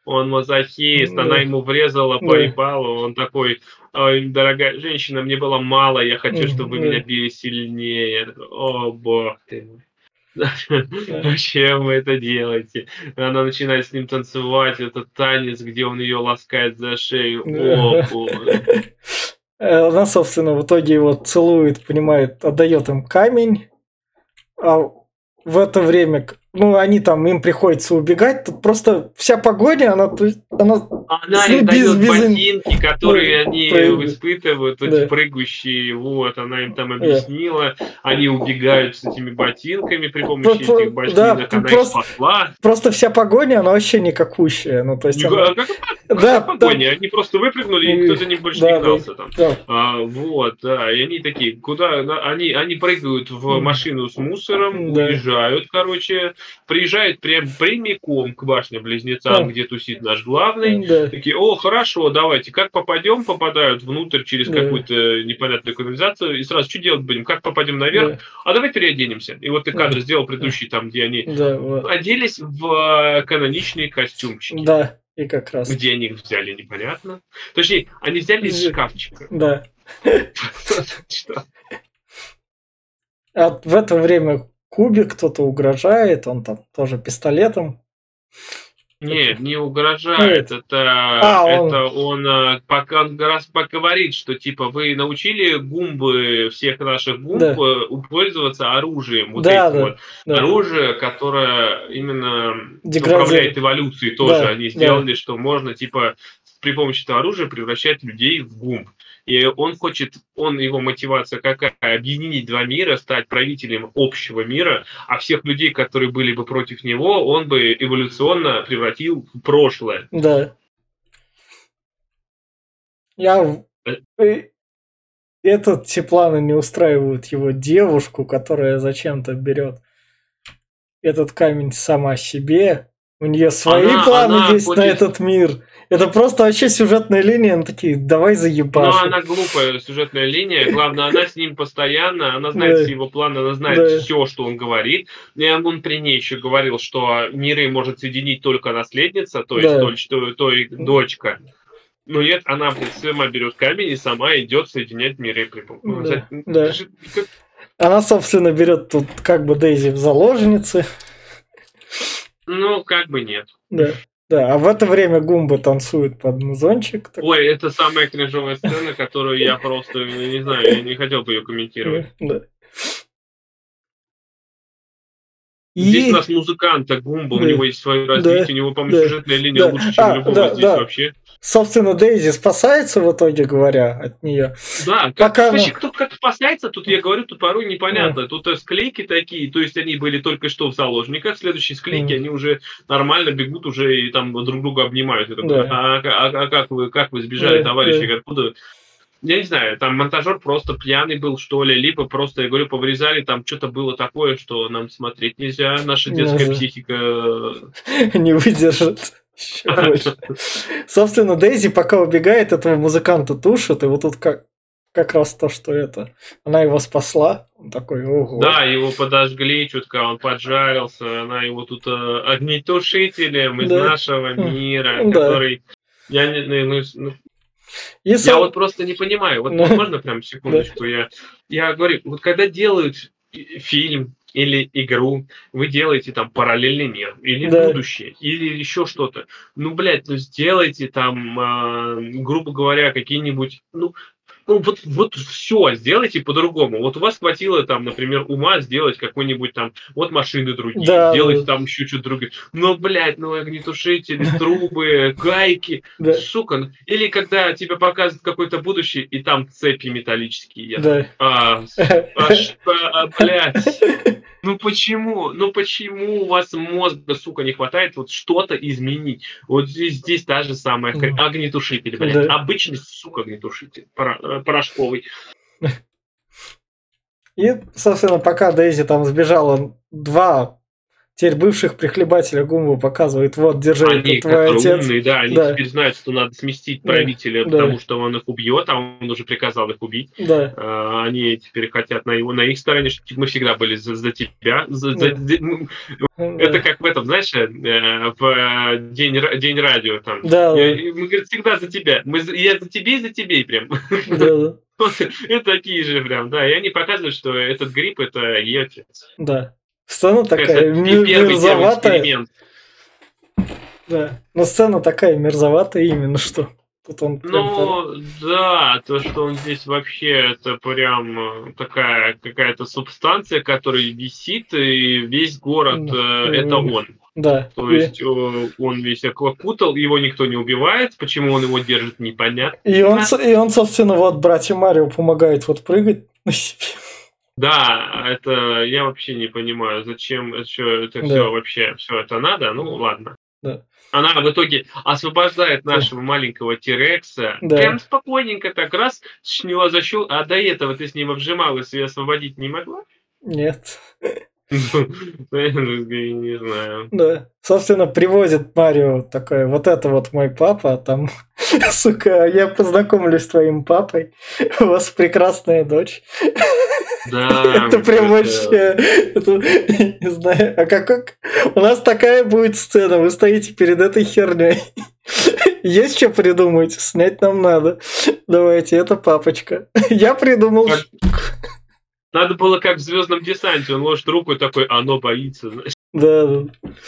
он мазохист, Да. она ему врезала по Да. ебалу, он такой: «Ой, дорогая женщина, мне было мало, я хочу, Мгм, чтобы вы да. меня били сильнее». Я такой: «О, бог ты мой, Да. зачем вы это делаете?» Она начинает с ним танцевать этот танец, где он ее ласкает за шею. О, боже. Э, Она, собственно, в итоге его целует, понимает, отдает им камень, а в это время, к- ну, они там, им приходится убегать, тут просто вся погоня, она, то есть, она Она с- им без, дает без, ботинки, которые да, они прыгает. испытывают, эти Да, прыгающие, вот, она им там да. объяснила, они убегают с этими ботинками при Про- помощи этих про- Да, ботинок, п- она их просто, спасла. просто вся погоня, она вообще никакущая. Ну, то есть Ника- она. а Как, Да, как там. погоня, они просто выпрыгнули, и никто и- за ним больше не Да, да, гнался там. да. А, вот, да, и они такие, куда, на- они, они прыгают в М, машину с мусором, Да. уезжают, короче, приезжают прям прямиком к башне-близнецам, А, где тусит наш главный, Да, такие: «О, хорошо, давайте, как попадем?» Попадают внутрь через да, какую-то непонятную канализацию, и сразу, что делать будем? Как попадем наверх? да, А давай переоденемся. И вот ты кадр да, сделал предыдущий, там, где они да, вот. оделись в э, каноничные костюмчики. Да, и как раз. Где они их взяли, непонятно. Точнее, они взяли из З- шкафчика. Да. Что? А в это время Кубе кто-то угрожает, он там тоже пистолетом. Не, Таких. не Ну, угрожает. это- Это, А, это он. он э, пока он раз поговорит, что типа вы научили гумбы, всех наших гумб, Да, э, пользоваться оружием, вот да, этим да, вот. да. Оружие, которое именно управляет Деградирует. эволюцией тоже. Да, Они да, сделали, что можно типа при помощи этого оружия превращать людей в гумб. И он хочет, он, его мотивация какая? Объединить два мира, стать правителем общего мира, а всех людей, которые были бы против него, он бы эволюционно превратил в прошлое. да. Я в- Э, э, Этот те планы не устраивают его девушку, которая зачем-то берет этот камень сама себе. У нее свои Она, планы она есть на хочет, этот мир. Это просто вообще сюжетная линия. Они такие, давай но заебашим. она глупая сюжетная линия. Главное, она с ним постоянно, она знает Да, все его планы, она знает да, все, что он говорит. И он при ней еще говорил, что миры может соединить только наследница, то есть да, то, что, то и дочка. Но нет, она, блядь, сама берет камень и сама идет соединять миры. при пом- ну, за- да, Это да. же как- Она, собственно, берет тут как бы Дейзи в заложницы. Ну, как бы нет. Да, да. А в это время Гумба танцует под музончик. Ой, Такой. это самая кринжовая сцена, которую я просто, я не знаю, я не хотел бы ее комментировать. Да, да. Здесь у И нас музыкант, а Гумба, у да, него есть свое да, развитие, у него, по-моему, да, сюжетная линия да. лучше, чем у А, любого да, здесь да. вообще. Собственно, Дейзи спасается в итоге, говоря, от нее. Да, как, Пока вообще, она. кто как спасается, тут я говорю, тут порой М, непонятно. Тут э, склейки такие, то есть они были только что в заложниках, следующие склейки, м, они уже нормально бегут уже и там друг друга обнимают. Я такой: Да, а, а- а как вы, как вы сбежали, да, товарищи, да, откуда? Я не знаю, там монтажер просто пьяный был, что ли, либо просто, я говорю, повырезали, там что-то было такое, что нам смотреть нельзя, наша не детская знаю. психика. э, Не выдержит еще больше. Собственно, Дейзи пока убегает, этого музыканта тушит, и вот тут как, как раз то, что это. Она его спасла. Он такой, ого. Да, его подожгли чутка, он поджарился, она его тут э, огнетушителем из Да. нашего М, мира, Да. который... Я не, ну, ну, И я вот со... просто не понимаю, вот мо- Да. можно прям секундочку, я, я говорю, вот когда делают и- фильм или игру, вы делаете там параллельный мир, или Да. будущее, или еще что-то, ну, блядь, ну, сделайте там, а, грубо говоря, какие-нибудь, ну, ну, вот, вот все сделайте по-другому. Вот у вас хватило там, например, ума сделать какой-нибудь там, вот машины другие, Да, сделайте да, там еще что-то другое. Но, блядь, ну огнетушители, трубы, гайки, да, сука. ну, Или когда тебе показывают какое-то будущее, и там цепи металлические. Я да. такой: а, с- а что, а, блядь. Ну почему? Ну почему у вас мозга, сука, не хватает вот что-то изменить? Вот здесь, здесь та же самая хрень. М, Огнетушитель, блядь. Да. Обычный, сука, огнетушитель. Пора- э, порошковый. И, собственно, пока Дейзи там сбежала, два теперь бывших прихлебателя Гумбу показывает, вот, держи, Они, это твой которые отец. умные, да, они Да. теперь знают, что надо сместить Да, правителя, да. потому что он их убьет, а он уже приказал их убить. Да. А, они теперь хотят на его, на их стороне, что мы всегда были за, за тебя. За, за- Да. м, Да. это как в этом, знаешь, э, в э, день, ра- день радио там. Да, Я- да. и мы, говорит, всегда за тебя. Мы, за- я за тебе и за тебе прям. Да, да. Вот, это такие же прям, да. И они показывают, что этот гриб это ее отец. Да. Сцена Это такая пе- мер- первый, первый мерзоватая. эксперимент. Да. Но сцена такая мерзоватая именно, что тут он прям пора- Ну, да, то, что он здесь вообще, это прям э, такая какая-то субстанция, которая висит, и весь город, э, это М, он. Да. То И, есть э, он весь окутал, его никто не убивает, почему он его держит, непонятно. и он, с- и он, собственно, вот братья Марио помогает вот прыгать на себе. Да, это я вообще не понимаю, зачем это, это Да. все вообще, все это надо, ну Да. ладно. Да. Она в итоге освобождает Да. нашего маленького Тирекса. Да. Прям спокойненько так раз сняла защел, а до этого ты с ним обжималась и освободить не могла? Нет. Ну, я не знаю. Да. Собственно, привозит Марио такой, вот это вот мой папа, а там, сука, я познакомлюсь с твоим папой, у вас прекрасная дочь. Да, Это прям это- вообще, это, не знаю, а как, как у нас такая будет сцена, вы стоите перед этой херней. Есть что придумать? Снять нам надо. Давайте, это папочка. Я придумал. Как- Надо было как в «Звездном десанте», он ложит руку и такой, оно боится, знаешь. Да, да.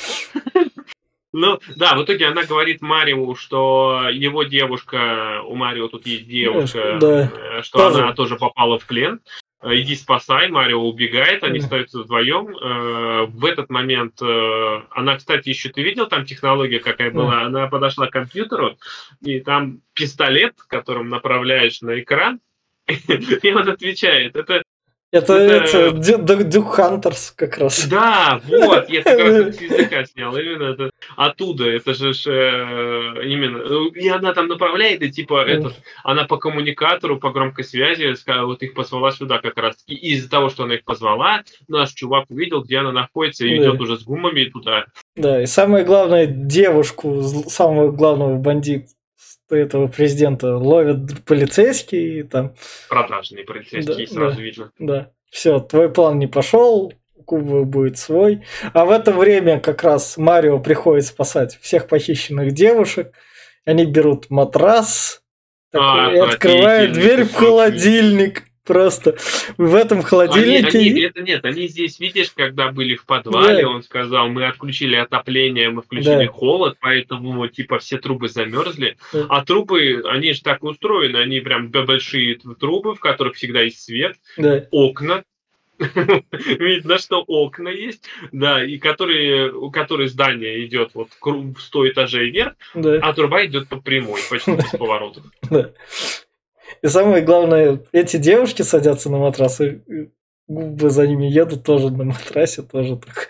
Ну, да, в итоге она говорит Марио, что его девушка, у Марио тут есть девушка, Да. э, что Тоже. она тоже попала в плен. Э, Иди спасай, Марио убегает, они Да. остаются вдвоем. Э, В этот момент э, она, кстати, еще ты видел там технология какая Да. была? Она подошла к компьютеру, и там пистолет, которым направляешь на экран, и он отвечает. Это Это, Это- это Дю- Дю- Дюк Хантерс как раз. Да, вот, я как раз это с языка снял, именно это оттуда, это же ж, э, именно, ну, и она там направляет, и типа этот, она по коммуникатору, по громкой связи, ска- вот их позвала сюда как раз, и из-за того, что она их позвала, наш чувак увидел, где она находится, и Да. идет уже с гумами туда. Да, и самое главное, девушку, зл- самого главного бандита этого президента ловят полицейские, и там, Продажные полицейские, Да, сразу да. видно. да, все, твой план не пошел, у Кубы будет свой. А в это время как раз Марио приходит спасать всех похищенных девушек, они берут матрас, такой, А, и открывают отвратительный дверь в кусок. холодильник. Просто в этом Они, холодильнике... они- это нет, они здесь, видишь, когда были в подвале, Да. он сказал, мы отключили отопление, мы включили Да. холод, поэтому типа все трубы замерзли. Да. А трубы, они же так устроены, они прям б- большие т- трубы, в которых всегда есть свет, Да. окна. Видно, что окна есть, да, и которые, у которой здание идет вот кру- в сто этажей вверх, Да. а труба идет по прямой, почти без поворотов. Да. И самое главное, эти девушки садятся на матрасы, и губы за ними едут тоже на матрасе, тоже так.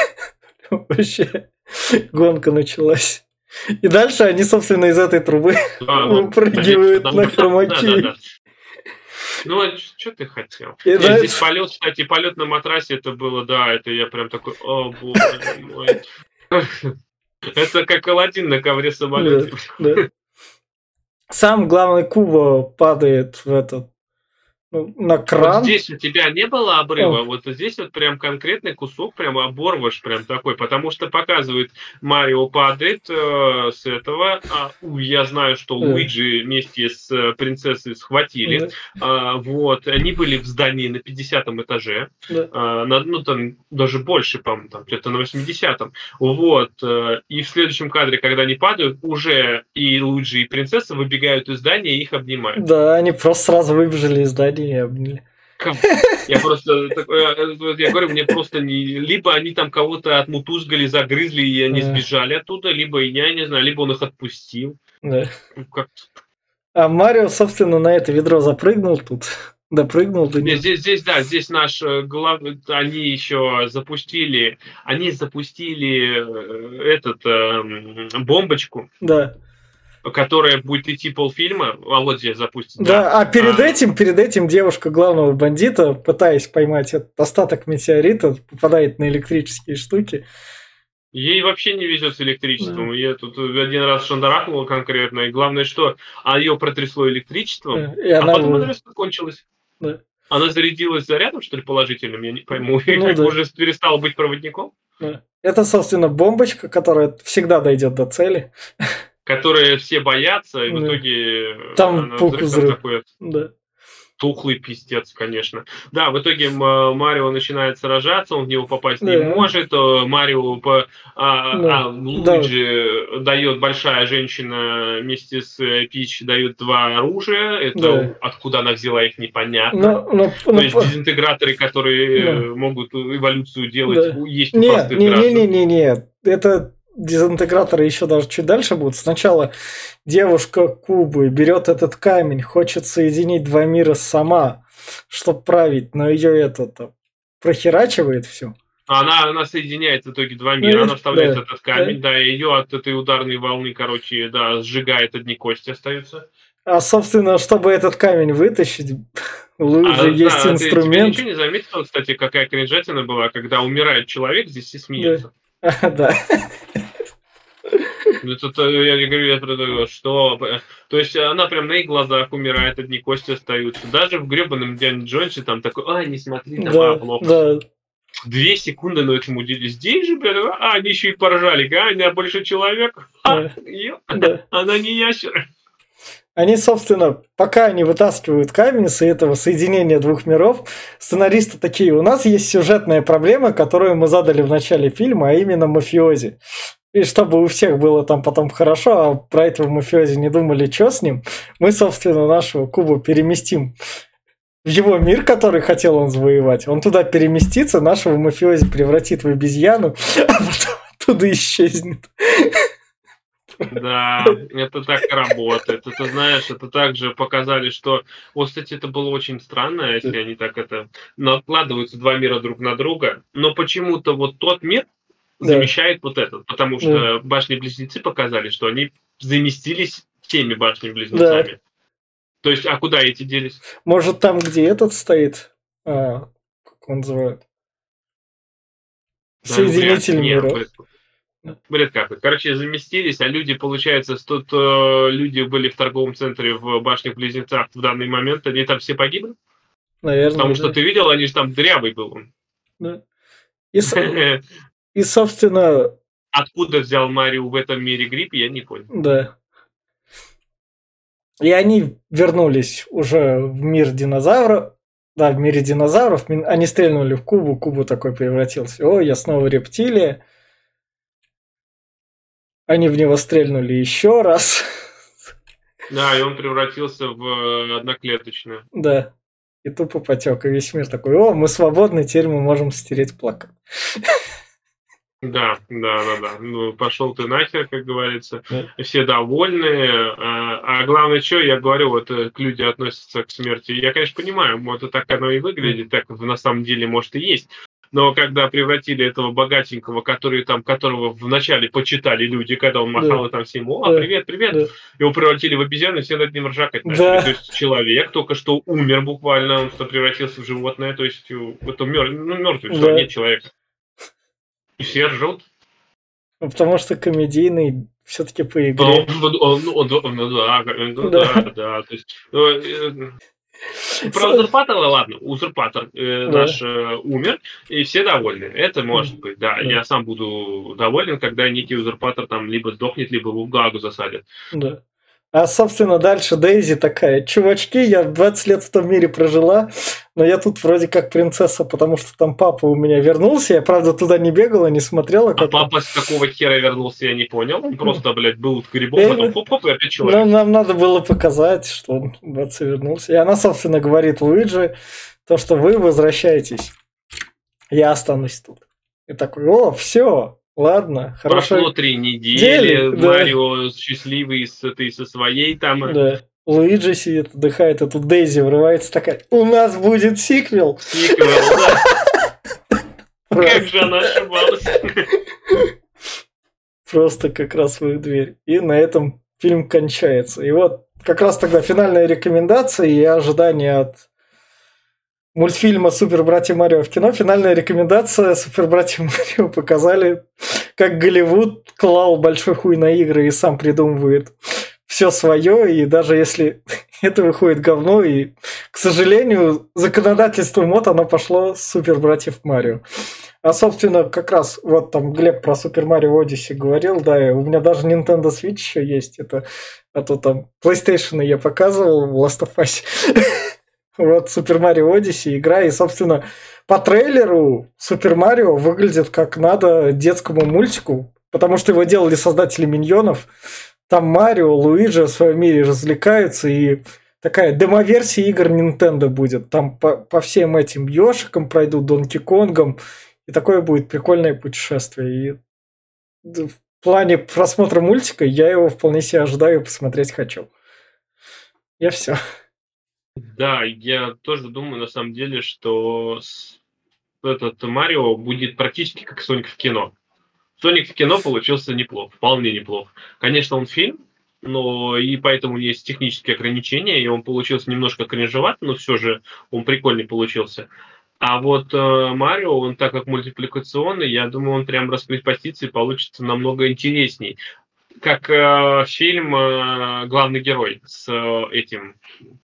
Вообще гонка началась. И дальше они, собственно, из этой трубы Да, вот, выпрыгивают конечно, на да, хромаки. да, да. Ну, а что ты хотел? И Нет, да, здесь полет, кстати, полет на матрасе, это было, да, это я прям такой, о, боже мой. Это как Аладдин на ковре самолете. Да. Сам главный Куба падает в этот, ну, на Вот кран. здесь у тебя не было обрыва, О. вот здесь вот прям конкретный кусок, прям оборвыш прям такой, потому что показывает, Марио падает э, с этого, а, у, я знаю, что Да. Луиджи вместе с э, принцессой схватили, Да, а, вот, они были в здании на пятидесятом этаже, да. а, на, ну там даже больше, по-моему, там где-то на восьмидесятом, вот, э, и в следующем кадре, когда они падают, уже и Луиджи, и принцесса выбегают из здания и их обнимают. Да, они просто сразу выбежали из здания и обняли. Как? Я просто, такой, э, вот я говорю, мне просто не... Либо они там кого-то отмутузгали, загрызли, и они Да. сбежали оттуда, либо, я не знаю, либо он их отпустил. Да. Ну, как... А Марио, собственно, на это ведро запрыгнул тут. Допрыгнул до Нет, него. здесь, здесь, да, здесь наш э, глав... они еще запустили, они запустили э, этот, э, бомбочку, Да. которая будет идти полфильма, а вот здесь запустят. Да, а перед А. этим, перед этим девушка главного бандита, пытаясь поймать этот остаток метеорита, попадает на электрические штуки Ей вообще не везет с электричеством. Да. Я тут один раз шандарахнула конкретно, и главное, что а ее протрясло электричеством, Да. И а она... потом она в- резко кончилась. Да. Она зарядилась зарядом, что ли, положительным, я не пойму, и Ну как бы да. уже перестала быть проводником, Да. Это, собственно, бомбочка, которая всегда дойдет до цели. которые все боятся, и в Да. итоге э, Там она пук взрыв там взрыв. такой Да. тухлый пиздец, конечно. Да, в итоге М- Марио начинает сражаться, он в него попасть не Да. может. э, Марио, по, а, Да. а, Да. Луиджи дает большая женщина вместе с э, Пич дают два оружия. Это Да. откуда она взяла их, непонятно. Но, но, То но, есть дезинтеграторы, но, которые э, могут эволюцию делать, да. у- есть у Не, простых не, не, не, граждан. не, не. Это дезинтеграторы еще даже чуть дальше будут. Сначала девушка Кубы берет этот камень, хочет соединить два мира сама, чтобы править, но ее это прохерачивает все. Она, она соединяет в итоге два мира, она вставляет Да, этот да. камень, да, и ее от этой ударной волны, короче, да, сжигает, одни кости остаются. А, собственно, чтобы этот камень вытащить, у Луиджи А, есть да, а ты тебе инструмент. ничего не заметил, кстати, какая кринжатина была, когда умирает человек, здесь все Да. смеются? Да. Ну, это, то, я не говорю, я про то, что... э, То есть она прям на их глазах умирает, одни кости остаются. Даже в гребаном Индиане Джонсе там такой, а, не смотри, там, а, Да, плохо. да. Две секунды на этом уделили. Здесь же, блядь, а, они еще и поржали. А, я больше человек. Ха, Да. ё, Да. она не ящер. Они, собственно, пока они вытаскивают камень с этого соединения двух миров, сценаристы такие: у нас есть сюжетная проблема, которую мы задали в начале фильма, а именно мафиози. И чтобы у всех было там потом хорошо, а про этого мафиози не думали, что с ним, мы, собственно, нашего Кубу переместим в его мир, который хотел он завоевать. Он туда переместится, нашего мафиози превратит в обезьяну, а потом оттуда исчезнет. Да, это так и работает. Это, знаешь, это также показали, что... Вот, кстати, это было очень странно, если они так это... Накладываются два мира друг на друга, но почему-то вот тот мир Да, замещает вот этот, потому да, что башни-близнецы показали, что они заместились теми да. башнями-близнецами. То есть, а куда эти делись? Может, там, где этот стоит, а, как он называют, Да, ну, вряд ли. соединитель Не, миров. бред, бред какой. Короче, заместились, а люди, получается, тут э, люди были в торговом центре в башнях-близнецах в данный момент, они там все погибли? Наверное, Потому что да. ты видел, они же там дрявый был он. Да. И, с- и, собственно, Откуда взял Марио в этом мире грипп, я не понял. да. И они вернулись уже в мир динозавров. Да, в мире динозавров. Мин- Они стрельнули в Кубу, Кубу такой превратился. О, я снова рептилия. Они в него стрельнули еще раз. Да, и он превратился в э, одноклеточную. Да. И тупо потек. И весь мир такой: о, мы свободны, теперь мы можем стереть плакат. Да, да, да, да. Ну, пошел ты нахер, как говорится. Да. Все довольны. А, а главное, что я говорю, вот э, к люди относятся к смерти. Я, конечно, понимаю, вот так оно и выглядит, так на самом деле, может, и есть. Но когда превратили этого богатенького, который там, которого вначале почитали люди, когда он Да. махал и там всем, о, Да. привет, привет, Да. его превратили в обезьяну, и все над ним ржакать начали. Да. То есть человек только что умер буквально, он что превратился в животное, то есть э, это мер... ну, мертвый, все, Да. нет человека. И все ржут. Ну, потому что комедийный все-таки по Ну, игре. он- он- он- он- ну да, как- ну Да. да, да. То есть, э, э, про узурпатора, ладно, узурпатор э, Да. наш э, умер, и все довольны. Это может быть, да. Да. Я сам буду доволен, когда некий узурпатор там либо сдохнет, либо в Гаагу засадят. Да. А, собственно, дальше Дейзи такая: чувачки, я двадцать лет в том мире прожила, но я тут вроде как принцесса, потому что там папа у меня вернулся. Я, правда, туда не бегала, не смотрела, А как он. папа с какого хера вернулся, я не понял. Он просто, блядь, был в грибом, Э, потом хоп-хоп, и опять Нам, человек. нам надо было показать, что он бац, и вернулся. И она, собственно, говорит Луиджи, то, что вы возвращаетесь, я останусь тут. И такой: о, все, ладно, Прошло хорошо. три Дели, недели, да. Марио счастливый с этой, со своей там. Да. Луиджи сидит, отдыхает, а тут Дейзи врывается такая: у нас будет сиквел. Сиквел, да. Как же она ошибалась. Просто как раз в их дверь. И на этом фильм кончается. И вот как раз тогда финальная рекомендация и ожидания от мультфильма «Супер братья Марио» в кино. Финальная рекомендация: «Супер братья Марио» показали как Голливуд клал большой хуй на игры и сам придумывает все свое, и даже если это выходит говно, и, к сожалению, законодательство мод, оно пошло с Супер Братьев Марио. А, собственно, как раз вот там Глеб про Супер Марио Одиссе говорил, да, и у меня даже Nintendo Switch еще есть, это, а то там PlayStation я показывал в Last of Us. Вот Супер Марио Одиссе игра, и, собственно, по трейлеру Супер Марио выглядит как надо детскому мультику, потому что его делали создатели Миньонов. Там Марио, Луиджи в своем мире развлекаются, и такая демоверсия игр Nintendo будет. Там по, по всем этим Йошикам пройдут, Донки Конгам, и такое будет прикольное путешествие. И в плане просмотра мультика я его вполне себе ожидаю и посмотреть хочу. Я все. Да, я тоже думаю, на самом деле, что этот Марио будет практически как Соник в кино. Соник в кино получился неплох, вполне неплох. Конечно, он фильм, но и поэтому есть технические ограничения, и он получился немножко кринжеват, но все же он прикольный получился. А вот э, Марио, он так как мультипликационный, я думаю, он прям раскрепостится и получится намного интересней. Как э, фильм э, «Главный герой» с э, этим...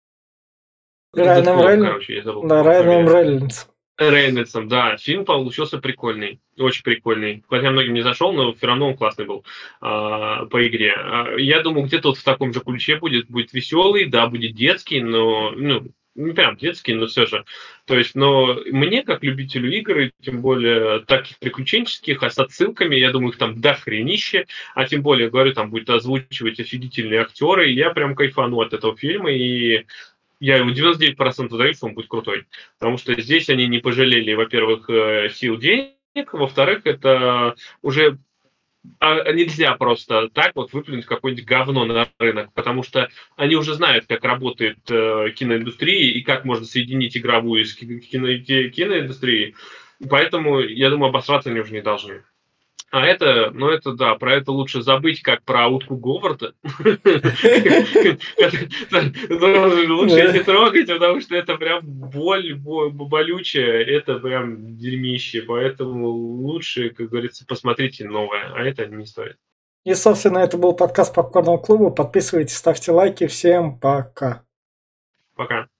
Райаном Дэдпулом, Рейн... короче, я забыл Да, его Райаном фамилию. Рейнольдсом. Рейнольдсом, да. Фильм получился прикольный. Очень прикольный. Хотя многим не зашел, но все равно он классный был а, по игре. А, я думаю, где-то вот в таком же ключе будет. Будет веселый, да, будет детский, но... Ну, не прям детский, но все же. То есть, но мне, как любителю игр, тем более таких приключенческих, а с отсылками, я думаю, их там дохренище, а тем более, говорю, там будет озвучивать офигительные актеры, и я прям кайфану от этого фильма, и я ему девяносто девять процентов даю, что он будет крутой. Потому что здесь они не пожалели, во-первых, э, сил, денег, во-вторых, это уже а, нельзя просто так вот выплюнуть какое-нибудь говно на рынок, потому что они уже знают, как работает э, киноиндустрия и как можно соединить игровую с кино, киноиндустрией. Поэтому, я думаю, обосраться они уже не должны. А это, ну это да, про это лучше забыть, как про утку Говарда. Лучше их не трогать, потому что это прям боль болючая, это прям дерьмище. Поэтому лучше, как говорится, посмотрите новое, а это не стоит. И, собственно, это был подкаст Попкорного клуба. Подписывайтесь, ставьте лайки. Всем пока. Пока.